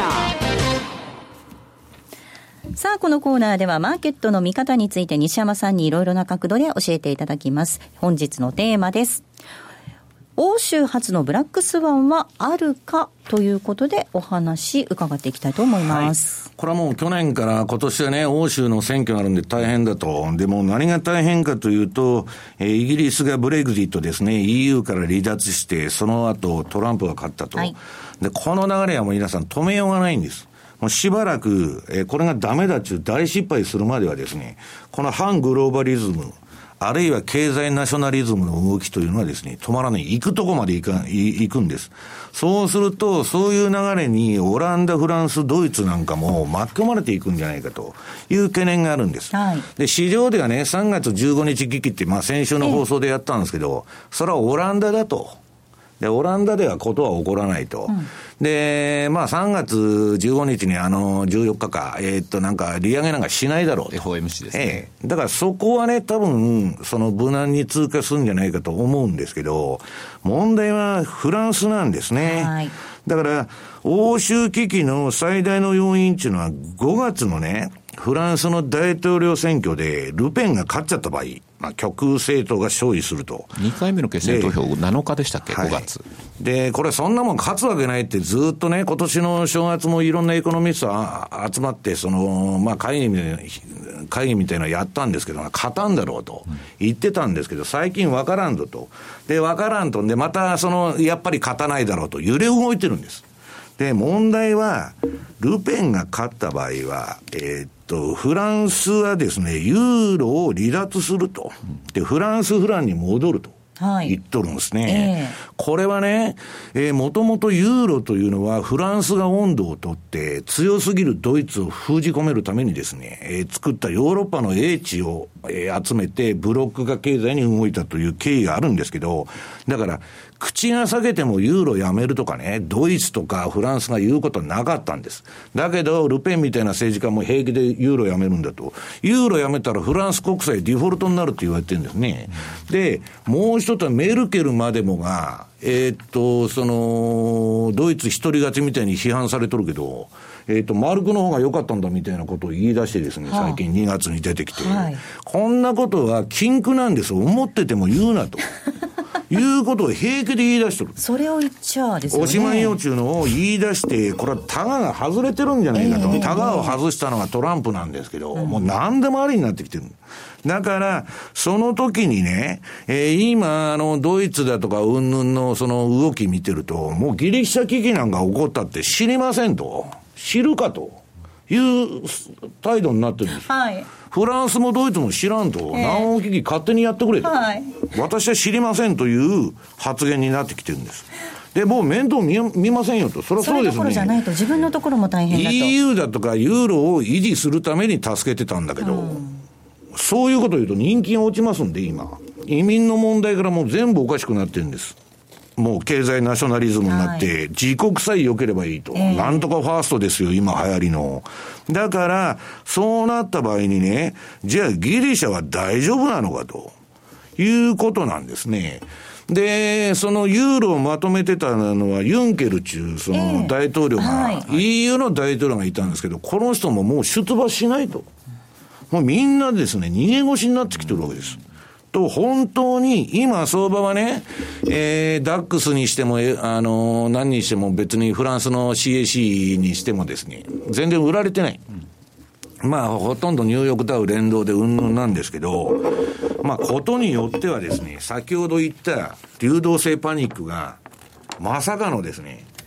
さあ、このコーナーではマーケットの見方について西山さんにいろいろな角度で教えていただきます。本日のテーマです。欧州発のブラックスワンはあるかということでお話伺っていきたいと思います、 はい、これはもう去年から今年はね、欧州の選挙があるんで大変だと。でも何が大変かというと、えー、イギリスがブレグジットですね、 イーユー から離脱して、その後トランプが勝ったと、はい、でこの流れはもう皆さん止めようがないんです。もうしばらく、えー、これがダメだっていう大失敗するまではですね、この反グローバリズムあるいは経済ナショナリズムの動きというのはですね、止まらない。行くとこまで行か、行くんです。そうすると、そういう流れにオランダ、フランス、ドイツなんかも巻き込まれていくんじゃないかという懸念があるんです。はい、で、市場ではね、さんがつじゅうごにち危機って、まあ先週の放送でやったんですけど、それはオランダだと。で、オランダではことは起こらないと。うん、で、まあさんがつじゅうごにちにあのじゅうよっかか、えー、っとなんか利上げなんかしないだろうと。 エフオーエムシー ですね。 ええ。だからそこはね、多分、その無難に通過するんじゃないかと思うんですけど、問題はフランスなんですね。はい。だから、欧州危機の最大の要因っていうのはごがつのね、フランスの大統領選挙でルペンが勝っちゃった場合、まあ、極右政党が勝利すると。 にかいめの決選投票なのかでしたっけ、ごがつ。 で、これそんなもん勝つわけないってずっとね、今年の正月もいろんなエコノミストが集まって、その、まあ会議みたいな、会議みたいなのやったんですけど、勝たんだろうと言ってたんですけど、最近わからんぞと。で、わからんと。で、またその、やっぱり勝たないだろうと揺れ動いてるんです。で、問題は、ルペンが勝った場合は、えー、っと、フランスはですね、ユーロを離脱すると。で、フランスフランに戻ると。言っとるんですね。えー、これはね、えー、もともとユーロというのはフランスが温度をとって強すぎるドイツを封じ込めるためにですね、えー、作ったヨーロッパの英知を、えー、集めてブロック化経済に動いたという経緯があるんですけど、だから口が裂けてもユーロやめるとかね、ドイツとかフランスが言うことはなかったんです。だけどルペンみたいな政治家も平気でユーロやめるんだと。ユーロやめたらフランス国債デフォルトになるって言われてるんですね。で、もう一つはメルケルまでもが、えー、っと、その、ドイツ一人勝ちみたいに批判されとるけど、えー、っと、マルクの方が良かったんだみたいなことを言い出してですね、最近にがつに出てきて、はい、こんなことは禁句なんです。思ってても言うなと。いうことを平気で言い出してる。 それを言っちゃですよね。 おしまいよちゅうのを言い出して、これはタガが外れてるんじゃないかと。えー、タガを外したのがトランプなんですけど、うん、もう何でもありになってきてる。だから、その時にね、えー、今、あの、ドイツだとか、うんぬんのその動き見てると、もうギリシャ危機なんか起こったって知りませんと。知るかという態度になってるんです。はい。フランスもドイツも知らんと、えー、南欧危機勝手にやってくれと、はい、私は知りませんという発言になってきてるんです。で、もう面倒 見, 見ませんよと。それはそうですね。それどころじゃないと、 自分のところも大変だと。 イーユー だとかユーロを維持するために助けてたんだけど、うん、そういうことを言うと人気が落ちますんで、今移民の問題からもう全部おかしくなってるんです。もう経済ナショナリズムになって、はい、自国さえ良ければいいと、えー、なんとかファーストですよ今流行りの。だからそうなった場合にね、じゃあギリシャは大丈夫なのかということなんですね。で、そのユーロをまとめてたのはユンケル中その大統領が、えーはい、イーユー の大統領がいたんですけど、この人ももう出馬しないと。もうみんなですね、逃げ腰になってきてるわけです。と、本当に今相場はね、えー、ダックスにしても、あのー、何にしても別にフランスの シーエーシー にしてもですね、全然売られてない。うん、まあ、ほとんどニューヨークダウ連動でうんぬんなんですけど、まあ、ことによってはですね、先ほど言った流動性パニックが、まさかのですね、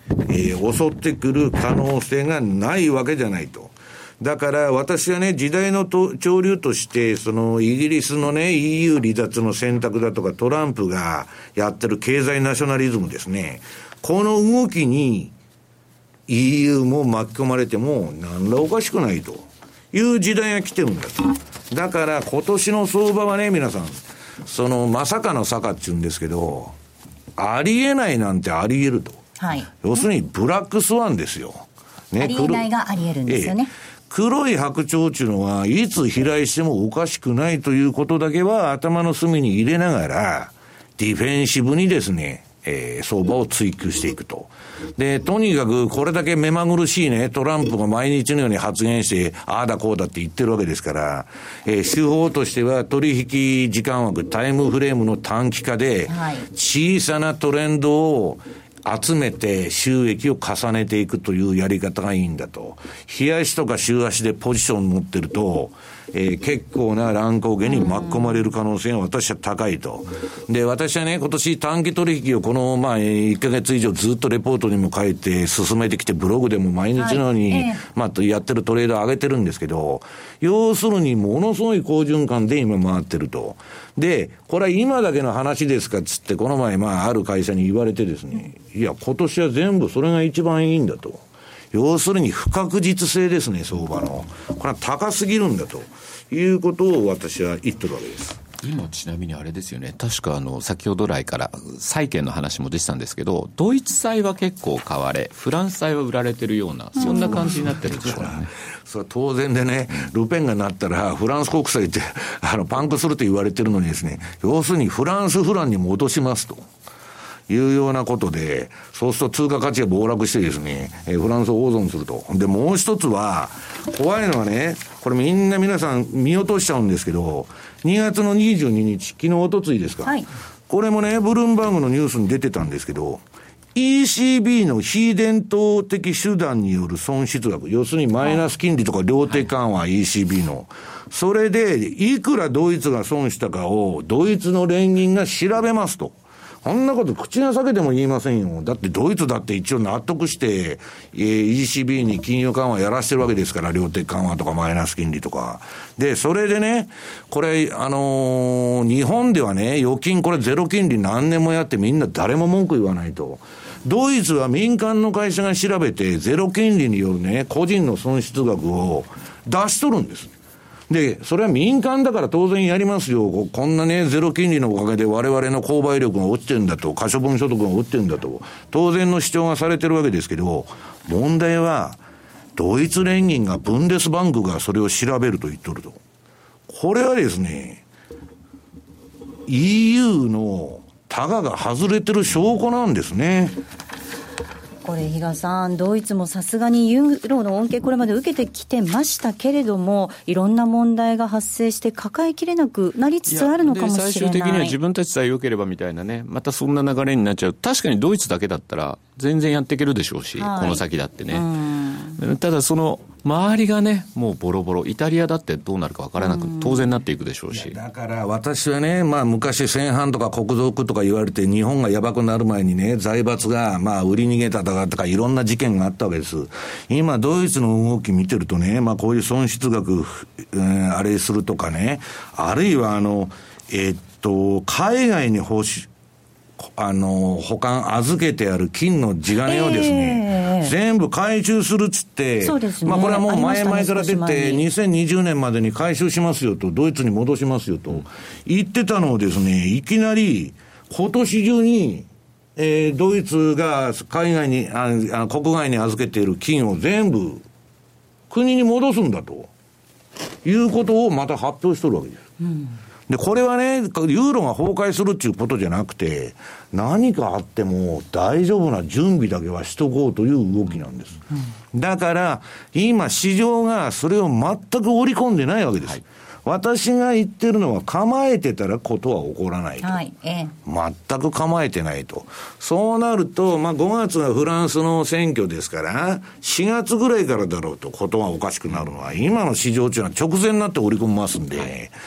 えー、襲ってくる可能性がないわけじゃないと。だから私はね、時代のと潮流として、そのイギリスのね、イーユー 離脱の選択だとか、トランプがやってる経済ナショナリズムですね。この動きに イーユー も巻き込まれても何らおかしくないという時代が来てるんだと。だから今年の相場はね、皆さん、そのまさかの坂って言うんですけど、ありえないなんてありえると。はい。要するにブラックスワンですよ。 ね、ありえないがありえるんですよね。 ええ、黒い白鳥っていうのはいつ飛来してもおかしくないということだけは頭の隅に入れながら、ディフェンシブにですね、えー、相場を追求していくと。で、とにかくこれだけ目まぐるしいね、トランプが毎日のように発言して、ああだこうだって言ってるわけですから、えー、手法としては取引時間枠、タイムフレームの短期化で、小さなトレンドを集めて収益を重ねていくというやり方がいいんだと。日足とか週足でポジション持ってると、えー、結構な乱高下に巻き込まれる可能性が私は高いと。で、私はね、今年短期取引をこの、まあ、いっかげつ以上ずっとレポートにも書いて進めてきて、ブログでも毎日のように、はい、まあ、やってるトレードを上げてるんですけど、要するにものすごい好循環で今回ってると。で、これは今だけの話ですかっつって、この前、まあ、ある会社に言われてですね、いや、今年は全部それが一番いいんだと。要するに不確実性ですね、相場の。これは高すぎるんだということを私は言ってるわけです。 今ちなみにあれですよね、確かあの先ほど来から債券の話も出てたんですけど、ドイツ債は結構買われ、フランス債は売られてるような、そんな感じになってるんでしょうね。 それは当然でね、ルペンがなったらフランス国債ってあのパンクすると言われてるのにですね、要するにフランスフランに戻しますというようなことで、そうすると通貨価値が暴落してですね、えー、フランスを大損すると。で、もう一つは、怖いのはね、これみんな皆さん見落としちゃうんですけど、にがつのにじゅうににち、昨日おとついですか、はい、これもね、ブルームバーグのニュースに出てたんですけど、イーシービー の非伝統的手段による損失額、要するにマイナス金利とか量的緩和、はい、イーシービー の、それでいくらドイツが損したかをドイツの連銀が調べますと。こんなこと口が裂けても言いませんよ。だってドイツだって一応納得して、えー、イーシービー に金融緩和やらしてるわけですから、量的緩和とかマイナス金利とか。で、それでね、これ、あのー、日本ではね、預金これゼロ金利何年もやってみんな誰も文句言わないと。ドイツは民間の会社が調べてゼロ金利によるね、個人の損失額を出しとるんです。で、それは民間だから当然やりますよ。こんなね、ゼロ金利のおかげで我々の購買力が落ちてるんだと、可処分所得が落ちてるんだと、当然の主張がされてるわけですけど、問題は、ドイツ連銀がブンデスバンクがそれを調べると言っとると。これはですね、イーユー のタガが外れてる証拠なんですね。 これ比嘉さん、ドイツもさすがにユーロの恩恵これまで受けてきてましたけれども、いろんな問題が発生して抱えきれなくなりつつあるのかもしれない。 最終的には自分たちさえ良ければみたいなね、またそんな流れになっちゃう。確かにドイツだけだったら全然やっていけるでしょうし、はい、この先だってね。ただその周りがね、もうボロボロ、イタリアだってどうなるか分からなく当然なっていくでしょうし。 だから私はね、まあ昔戦犯とか国賊とか言われて日本がやばくなる前にね、財閥がまあ売り逃げたとかとかいろんな事件があったわけです。今ドイツの動き見てるとね、まあこういう損失額、えー、あれするとかね、あるいはあのえー、っと海外に報酬あの保管預けてある金の地金をですね、えー、全部回収するっつって、そうですね、まあこれはもう前々から出てにせんにじゅうねんまでに回収しますよと、ドイツに戻しますよと言ってたのをですね、いきなり今年中に、えー、ドイツが海外にああ国外に預けている金を全部国に戻すんだということをまた発表しとるわけです、うん。で、これはね、ユーロが崩壊するっていうことじゃなくて、何かあっても大丈夫な準備だけはしとこうという動きなんです。うん、だから、今市場がそれを全く織り込んでないわけです。はい、私が言ってるのは構えてたらことは起こらないと。はいええ、全く構えてないと。そうなると、まあごがつがフランスの選挙ですから、しがつぐらいからだろうとことがおかしくなるのは、今の市場っていうのは直前になって織り込みますんで、はい、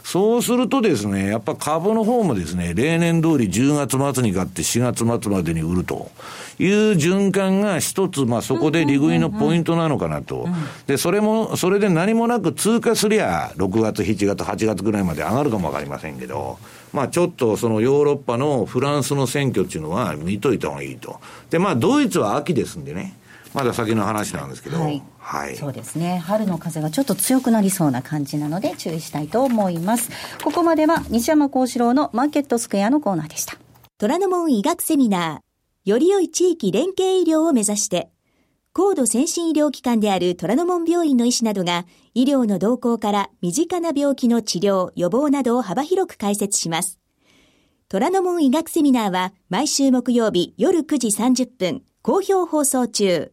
そうするとですね、やっぱ株の方もですね、例年通りじゅうがつ末に買ってしがつ末までに売るという循環が一つ、まあそこで利食いのポイントなのかなと。で、それも、それで何もなく通過すりゃ、ろくがつ、しちがつ、はちがつぐらいまで上がるかもわかりませんけど、まあちょっとそのヨーロッパのフランスの選挙っていうのは見といた方がいいと。で、まあドイツは秋ですんでね、まだ先の話なんですけど、はい。はい、 そうですね。春の風がちょっと強くなりそうな感じなので注意したいと思います。ここまでは西山幸四郎のマーケットスクエアのコーナーでした。 虎ノ門医学セミナー、より良い地域連携医療を目指して、高度先進医療機関である虎ノ門病院の医師などが、医療の動向から身近な病気の治療、予防などを幅広く解説します。虎ノ門医学セミナーは毎週木曜日夜くじさんじゅっぷん、好評放送中。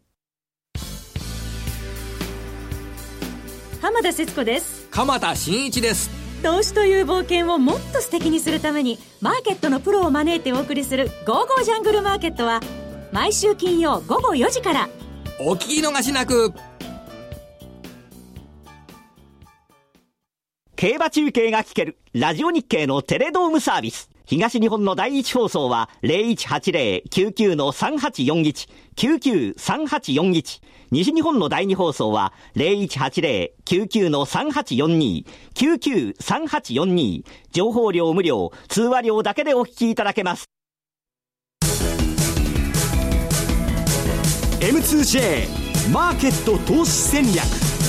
浜田節子です。 鎌田新一です。 投資という冒険をもっと素敵にするためにマーケットのプロを招いてお送りするゴーゴージャングルマーケットは毎週金曜午後よじから。 お聞き逃しなく。 競馬中継が聞けるラジオ日経のテレドームサービス。東日本の第一放送は ゼロいちはちゼロ きゅうきゅう さんはちよんいち きゅうきゅう さんはちよんいち、西日本の第二放送は ゼロいちはちゼロ きゅうきゅう さんはちよんに きゅうきゅう さんはちよんに、情報量無料、通話料だけでお聞きいただけます。 エムツージェー マーケット投資戦略。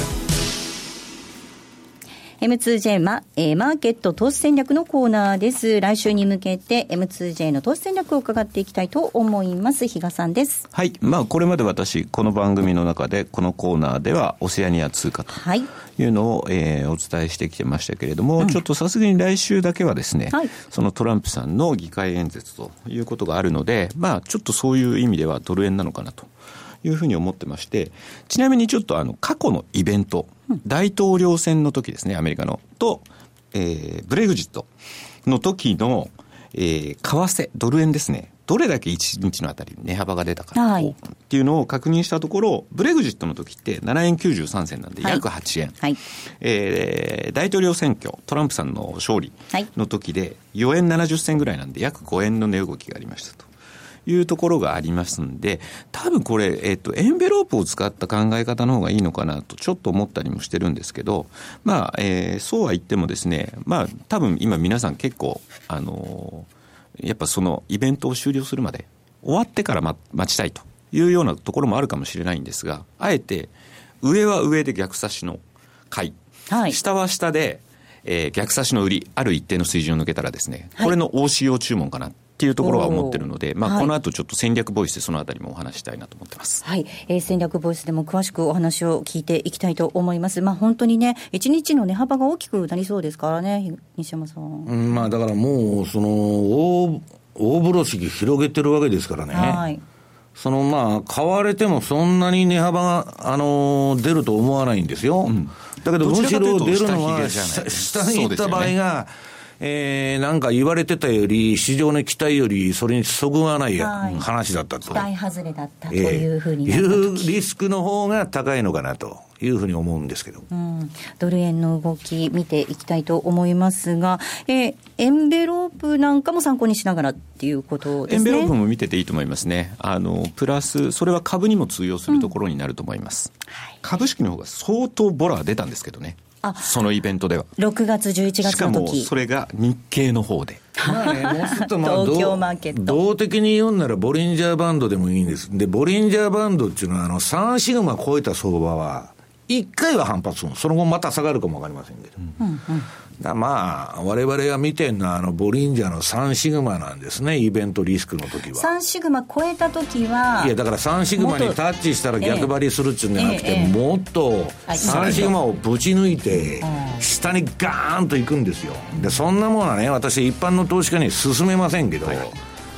エムツージェー マ、えー、マーケット投資戦略のコーナーです。来週に向けて エムツージェー の投資戦略を伺っていきたいと思います。比嘉さんです。 はい。まあこれまで私この番組の中でこのコーナーではオセアニア通貨というのを、えー、お伝えしてきてましたけれども、うん、ちょっとさすがに来週だけはですね、はい、そのトランプさんの議会演説ということがあるので、まあちょっとそういう意味ではドル円なのかなというふうに思ってまして、ちなみにちょっとあの過去のイベント、うん、大統領選の時ですね、アメリカのと、えー、ブレグジットの時の、えー、為替ドル円ですね、どれだけいちにちのあたり値幅が出たか、はい、っていうのを確認したところ、ブレグジットの時ってななえんきゅうじゅうさんせんなんで約はちえん、はいはい、えー、大統領選挙トランプさんの勝利の時でよえんななじゅっせんぐらいなんで約ごえんの値動きがありましたというところがありますんで、多分これ、えっと、エンベロープを使った考え方の方がいいのかなとちょっと思ったりもしてるんですけど、まあ、えー、そうは言ってもですね、まあ、多分今皆さん結構、あのー、やっぱそのイベントを終了するまで終わってから、ま、待ちたいというようなところもあるかもしれないんですが、あえて上は上で逆差しの買い、はい、下は下で、えー、逆差しの売り、ある一定の水準を抜けたらですね、これの オーシーオー 注文かなっていうところは思ってるので、まあ、この後ちょっと戦略ボイスでそのあたりもお話したいなと思ってます。 はい、えー、戦略ボイスでも詳しくお話を聞いていきたいと思います。まあ、本当にね、いちにちの値幅が大きくなりそうですからね、西山さん。 うん、まあ、だからもうその大大風呂敷広げてるわけですからね。はい。そのまあ買われてもそんなに値幅が、あのー、出ると思わないんですよ。うん、だけどむしろ出るのは下に行った場合が、えー、なんか言われてたより市場の期待よりそれにそぐわない話だったと、 期待外れだったというふうになった時、えー、いうリスクの方が高いのかなというふうに思うんですけど、 うん、ドル円の動き見ていきたいと思いますが、えー、エンベロープなんかも参考にしながらっていうことですね。 エンベロープも見てていいと思いますね。あのプラスそれは株にも通用するところになると思います、うん、はい、株式の方が相当ボラが出たんですけどね、あ、そのイベントではろくがつじゅういちがつの時、 しかもそれが日経の方でまあね、もうちょっとまあ東京マーケット動的に言うんならボリンジャーバンドでもいいんです。でボリンジャーバンドっていうのはあのさんシグマ超えた相場はいっかいは反発する、その後また下がるかもわかりませんけど、うんうん、だまあ我々が見てるのはあのボリンジャーのさんシグマなんですね、イベントリスクの時は。 さんシグマ超えた時は、 いやだからさんシグマにタッチしたら逆張りするっていうんじゃなくて、ええええ、もっとさんシグマをぶち抜いて下にガーンといくんですよ。でそんなものはね、私一般の投資家に勧めませんけど、はい、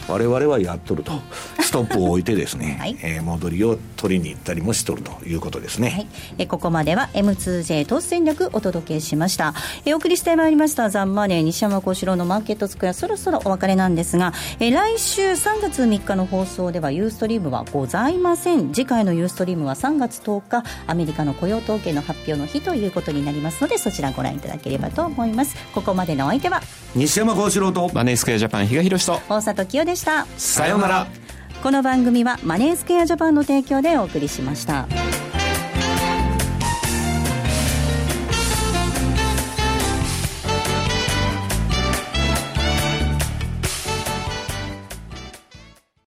我々はやっとるとストップを置いてですね、 はいえー、戻りを取りに行ったりもしとるということですね、 はい、えここまでは エムツージェー 投資戦略お届けしました。えお送りしてまいりましたザンマネー西山幸四郎のマーケットスクエア、そろそろお別れなんですが、え来週さんがつみっかの放送ではユーストリームはございません。次回のユーストリームはさんがつとおかアメリカの雇用統計の発表の日ということになりますので、そちらご覧いただければと思います。ここまでのお相手は西山幸四郎とマネースクエアジャパン比嘉宏と大里清でした。 さようなら。 この番組はマネースクエアジャパンの提供でお送りしました。